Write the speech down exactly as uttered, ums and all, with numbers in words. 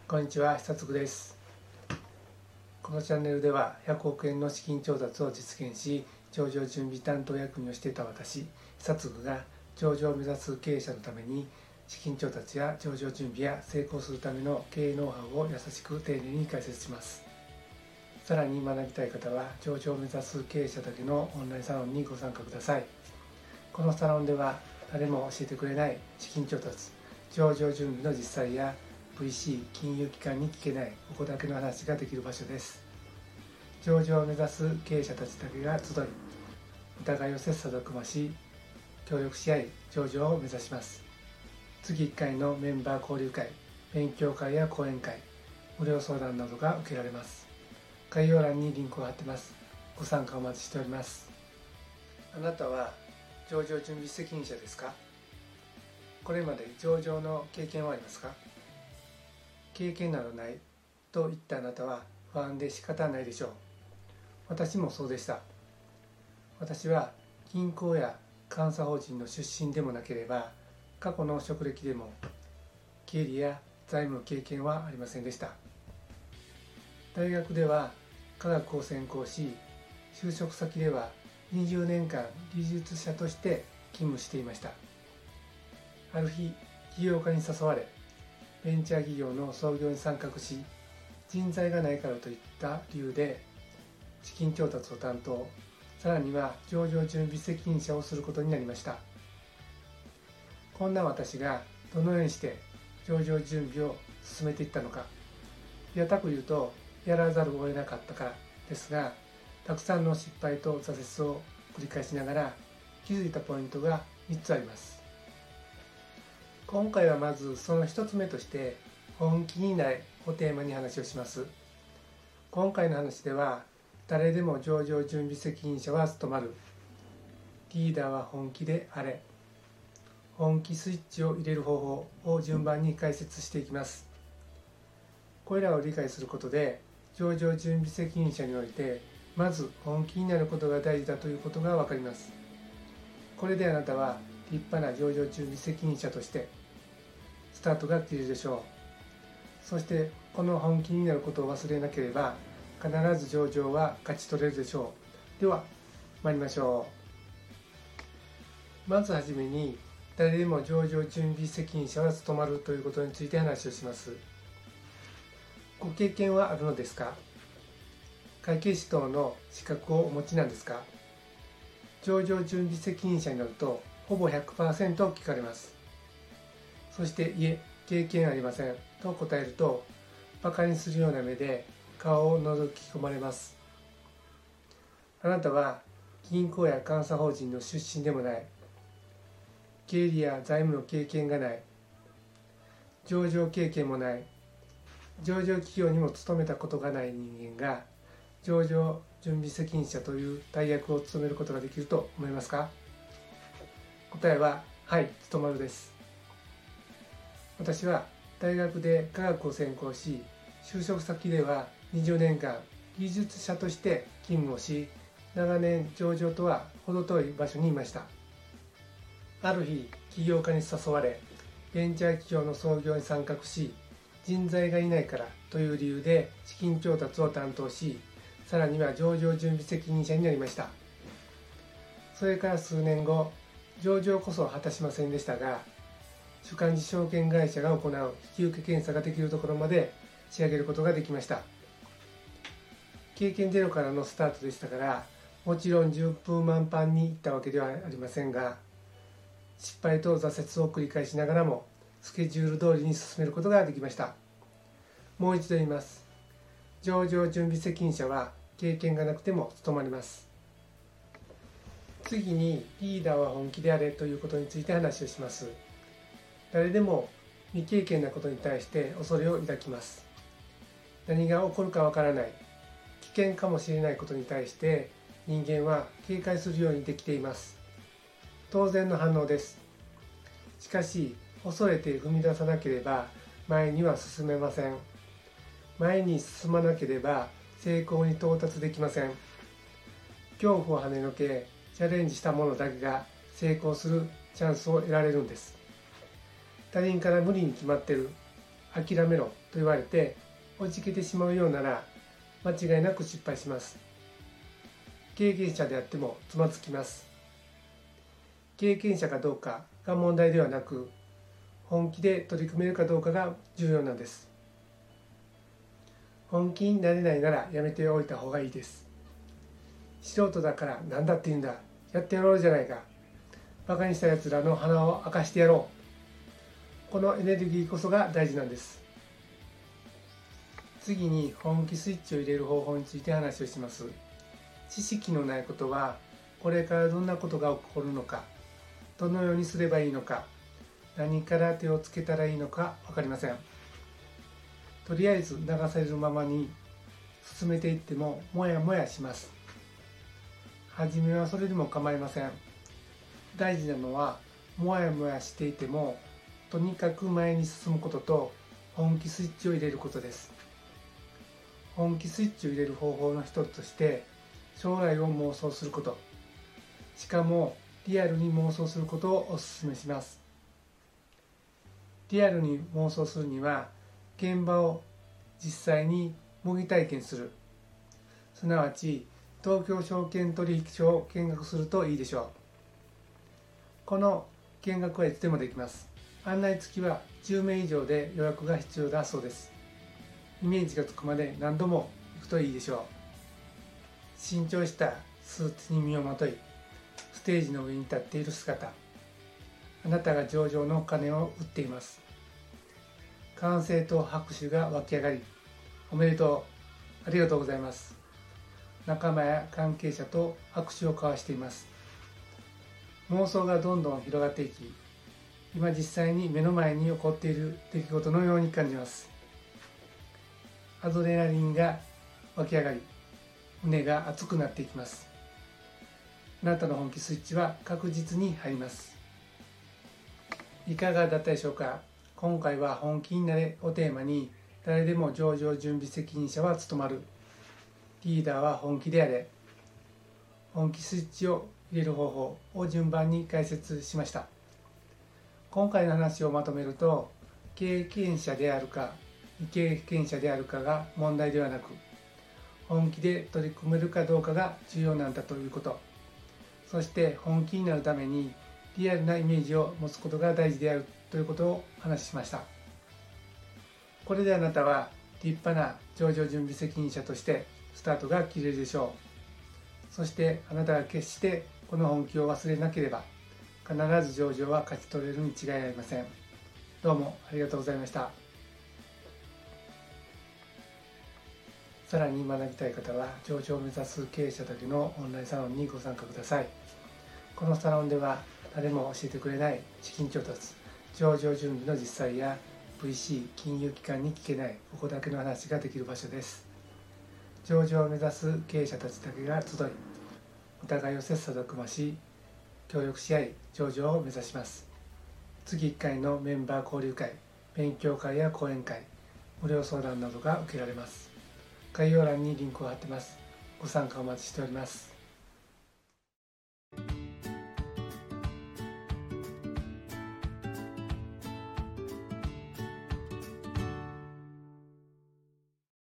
こんにちは、久嗣です。このチャンネルではひゃくおくえんの資金調達を実現し、上場準備担当役員をしていた私、久嗣が上場を目指す経営者のために資金調達や上場準備や成功するための経営ノウハウを優しく丁寧に解説します。さらに学びたい方は上場を目指す経営者だけのオンラインサロンにご参加ください。このサロンでは誰も教えてくれない資金調達、上場準備の実際や ブイシー 金融機関に聞けないここだけの話ができる場所です。上場を目指す経営者たちだけが集い、お互いを切磋琢磨し、協力し合い上場を目指します。月いっかいのメンバー交流会、勉強会や講演会、無料相談などが受けられます。概要欄にリンクを貼ってます。ご参加お待ちしております。あなたは上場準備責任者ですか？これまで上場の経験はありますか？経験などないと言ったあなたは不安で仕方ないでしょう。私もそうでした。私は銀行や監査法人の出身でもなければ、過去の職歴でも経理や財務の経験はありませんでした。大学では科学を専攻し、就職先ではにじゅうねんかん技術者として勤務していました。ある日、起業家に誘われ、ベンチャー企業の創業に参画し、人材がないからといった理由で資金調達を担当、さらには上場準備責任者をすることになりました。こんな私がどのようにして上場準備を進めていったのか、平たく言うとやらざるを得なかったからですが、たくさんの失敗と挫折を繰り返しながら気づいたポイントがみっつあります。今回はまずそのひとつめとして、本気になれをテーマに話をします。今回の話では、誰でも上場準備責任者は務まる、リーダーは本気であれ、本気スイッチを入れる方法を順番に解説していきます。これらを理解することで、上場準備責任者においてまず本気になることが大事だということが分かります。これであなたは立派な上場準備責任者としてスタートが切れるでしょう。そしてこの本気になることを忘れなければ、必ず上場は勝ち取れるでしょう。では参りましょう。まずはじめに、誰でも上場準備責任者は務まるということについて話をします。ご経験はあるのですか？会計士等の資格をお持ちなんですか？上場準備責任者になるとほぼ ひゃくパーセント 聞かれます。そしていえ、経験ありませんと答えると、バカにするような目で顔を覗き込まれます。あなたは銀行や監査法人の出身でもない、経理や財務の経験がない、上場経験もない、上場企業にも勤めたことがない人間が上場準備責任者という大役を務めることができると思いますか？答えははい、務まるです。私は大学で科学を専攻し、就職先ではにじゅうねんかん技術者として勤務をし、長年上場とは程遠い場所にいました。ある日、起業家に誘われ、ベンチャー企業の創業に参画し、人材がいないからという理由で資金調達を担当し、さらには上場準備責任者になりました。それから数年後、上場こそ果たしませんでしたが、主幹事証券会社が行う引き受け検査ができるところまで仕上げることができました。経験ゼロからのスタートでしたから、もちろん順風満帆にいったわけではありませんが、失敗と挫折を繰り返しながらもスケジュール通りに進めることができました。もう一度言います。上場準備責任者は経験がなくても務まります。次に、リーダーは本気であれということについて話をします。誰でも未経験なことに対して恐れを抱きます。何が起こるかわからない、危険かもしれないことに対して人間は警戒するようにできています。当然の反応です。しかし、恐れて踏み出さなければ前には進めません。前に進まなければ成功に到達できません。恐怖を跳ねのけ、チャレンジした者だけが成功するチャンスを得られるんです。他人から無理に決まってる諦めろと言われて落ちけてしまうようなら間違いなく失敗します。経験者であってもつまずきます。経験者かどうかが問題ではなく、本気で取り組めるかどうかが重要なんです。本気になれないならやめておいた方がいいです。素人だから何だって言うんだ、やってやろうじゃないか、バカにしたやつらの鼻を明かしてやろう、このエネルギーこそが大事なんです。次に本気スイッチを入れる方法について話をします。知識のないことはこれからどんなことが起こるのか、どのようにすればいいのか、何から手をつけたらいいのか分かりません。とりあえず流されるままに進めていってももやもやします。初めはそれでも構いません。大事なのはもやもやしていてもとにかく前に進むことと本気スイッチを入れることです。本気スイッチを入れる方法の一つとして将来を妄想すること、しかもリアルに妄想することをお勧めします。リアルに妄想するには現場を実際に模擬体験する、すなわち東京証券取引所を見学するといいでしょう。この見学はいつでもできます。案内付きはじゅうめい以上で予約が必要だそうです。イメージがつくまで何度も行くといいでしょう。新調したスーツに身をまとい、ステージの上に立っている姿、あなたが上々の鐘を打っています。歓声と拍手が湧き上がり、おめでとう、ありがとうございます。仲間や関係者と拍手を交わしています。妄想がどんどん広がっていき、今実際に目の前に起こっている出来事のように感じます。アドレナリンが湧き上がり、胸が熱くなっていきます。あなたの本気スイッチは確実に入ります。いかがだったでしょうか。今回は本気になれをテーマに、誰でも上場準備責任者は務まる、リーダーは本気であれ、本気スイッチを入れる方法を順番に解説しました。今回の話をまとめると、経験者であるか未経験者であるかが問題ではなく、本気で取り組めるかどうかが重要なんだということ、そして本気になるためにリアルなイメージを持つことが大事であるということをお話ししました。これであなたは立派な上場準備責任者としてスタートが切れるでしょう。そしてあなたが決してこの本気を忘れなければ、必ず上場は勝ち取れるに違いありません。どうもありがとうございました。さらに学びたい方は上場を目指す経営者だけのオンラインサロンにご参加ください。このサロンでは誰も教えてくれない資金調達、上場準備の実際や ブイシー 金融機関に聞けないここだけの話ができる場所です。上場を目指す経営者たちだけが集い、お互いを切磋琢磨し協力し合い上場を目指します。月いっかいのメンバー交流会、勉強会や講演会、無料相談などが受けられます。概要欄にリンクを貼ってます。ご参加お待ちしております。